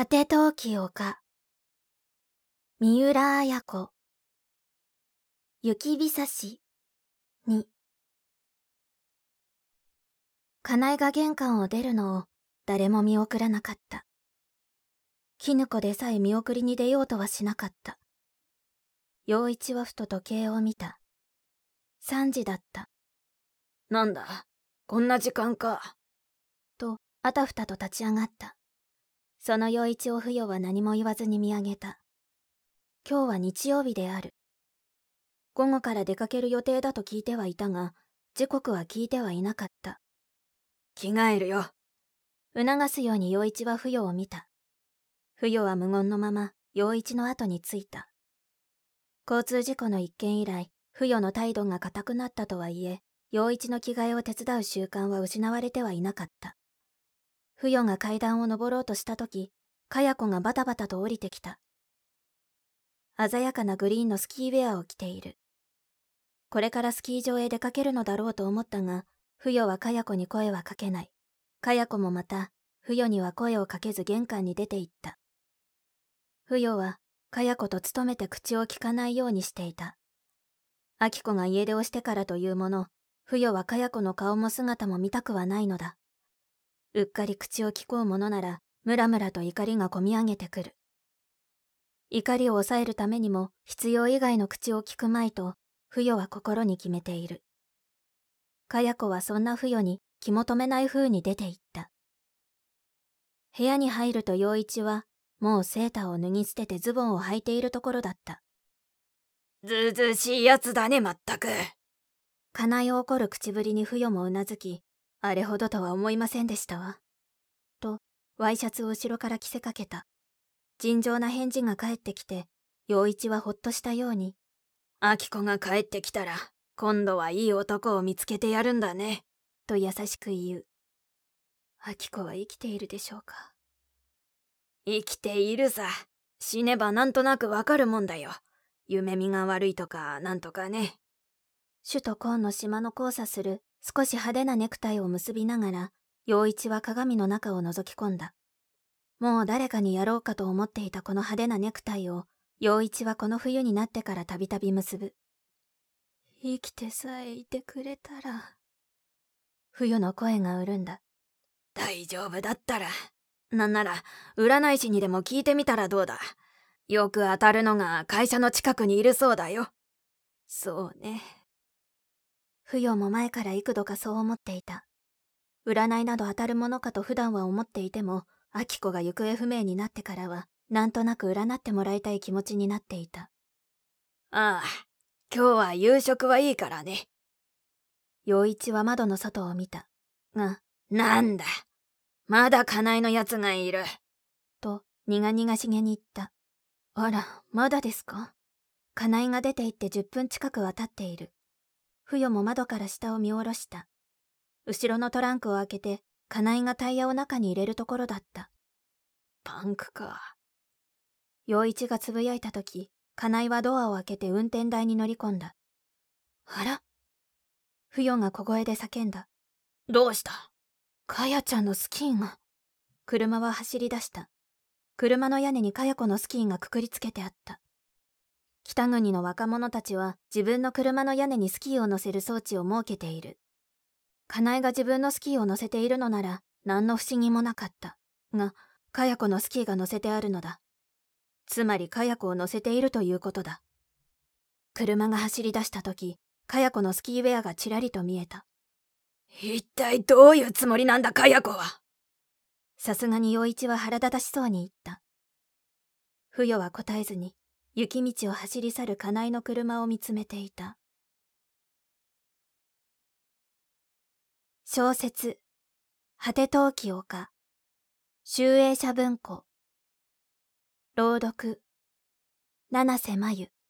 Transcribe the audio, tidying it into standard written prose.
果て陶器丘、三浦綾子、雪日差しに。かなえが玄関を出るのを誰も見送らなかった。絹子でさえ見送りに出ようとはしなかった。陽一はふと時計を見た。3時だった。 なんだ、こんな時間か。 と、あたふたと立ち上がった。その陽一を不与は何も言わずに見上げた。今日は日曜日である。午後から出かける予定だと聞いてはいたが、時刻は聞いてはいなかった。 着替えるよ。 促すように陽一は不与を見た。不与は無言のまま陽一の後についた。交通事故の一件以来、不与の態度が固くなったとはいえ、陽一の着替えを手伝う習慣は失われてはいなかった。不与が階段を登ろうとしたとき、かや子がバタバタと降りてきた。鮮やかなグリーンのスキーウェアを着ている。これからスキー場へ出かけるのだろうと思ったが、不与はかや子に声はかけない。かや子もまた、不与には声をかけず玄関に出て行った。不与は、かや子と努めて口を聞かないようにしていた。あきこが家出をしてからというもの、不与はかや子の顔も姿も見たくはないのだ。うっかり口を聞こうものなら、ムラムラと怒りがこみ上げてくる。怒りを抑えるためにも必要以外の口を聞くまいと、不与は心に決めている。かや子はそんな不与に気も止めない風に出て行った。部屋に入ると陽一は、もうセーターを脱ぎ捨ててズボンを履いているところだった。 ずうずうしいやつだね、まったく。 かなえを怒る口ぶりに不与もうなずき、あれほどとは思いませんでしたわ。と、ワイシャツを後ろから着せかけた。尋常な返事が返ってきて、陽一はほっとしたように、 あきこが帰ってきたら、今度はいい男を見つけてやるんだね。 と優しく言う。あきこは生きているでしょうか。 生きているさ。死ねばなんとなくわかるもんだよ。夢見が悪いとかなんとかね。 首都高の島の交差する少し派手なネクタイを結びながら、陽一は鏡の中を覗き込んだ。もう誰かにやろうかと思っていたこの派手なネクタイを、陽一はこの冬になってからたびたび結ぶ。生きてさえいてくれたら。冬の声が潤んだ。 大丈夫だったら。なんなら、占い師にでも聞いてみたらどうだ。よく当たるのが会社の近くにいるそうだよ。 そうね。冬も前から幾度かそう思っていた。占いなど当たるものかと普段は思っていても、あきこが行方不明になってからは、なんとなく占ってもらいたい気持ちになっていた。 ああ、今日は夕食はいいからね。 陽一は窓の外を見た。が、 なんだ。まだ家内のやつがいる。 と、苦々しげに言った。あら、まだですか？家内が出て行って10分近くは経っている。不与も窓から下を見下ろした。後ろのトランクを開けて、家内がタイヤを中に入れるところだった。 パンクか。 陽一がつぶやいたとき、家内はドアを開けて運転台に乗り込んだ。あら？不与が小声で叫んだ。 どうした？ かやちゃんのスキーが。車は走り出した。車の屋根にかや子のスキーがくくりつけてあった。北国の若者たちは自分の車の屋根にスキーを乗せる装置を設けている。かなえが自分のスキーを乗せているのなら何の不思議もなかった。が、かや子のスキーが乗せてあるのだ。つまりかや子を乗せているということだ。車が走り出した時、かや子のスキーウェアがちらりと見えた。 一体どういうつもりなんだ、かや子は。 さすがに陽一は腹立たしそうに言った。不与は答えずに、雪道を走り去る家内の車を見つめていた。小説、果て陶器丘、集英社文庫。朗読、七瀬真由。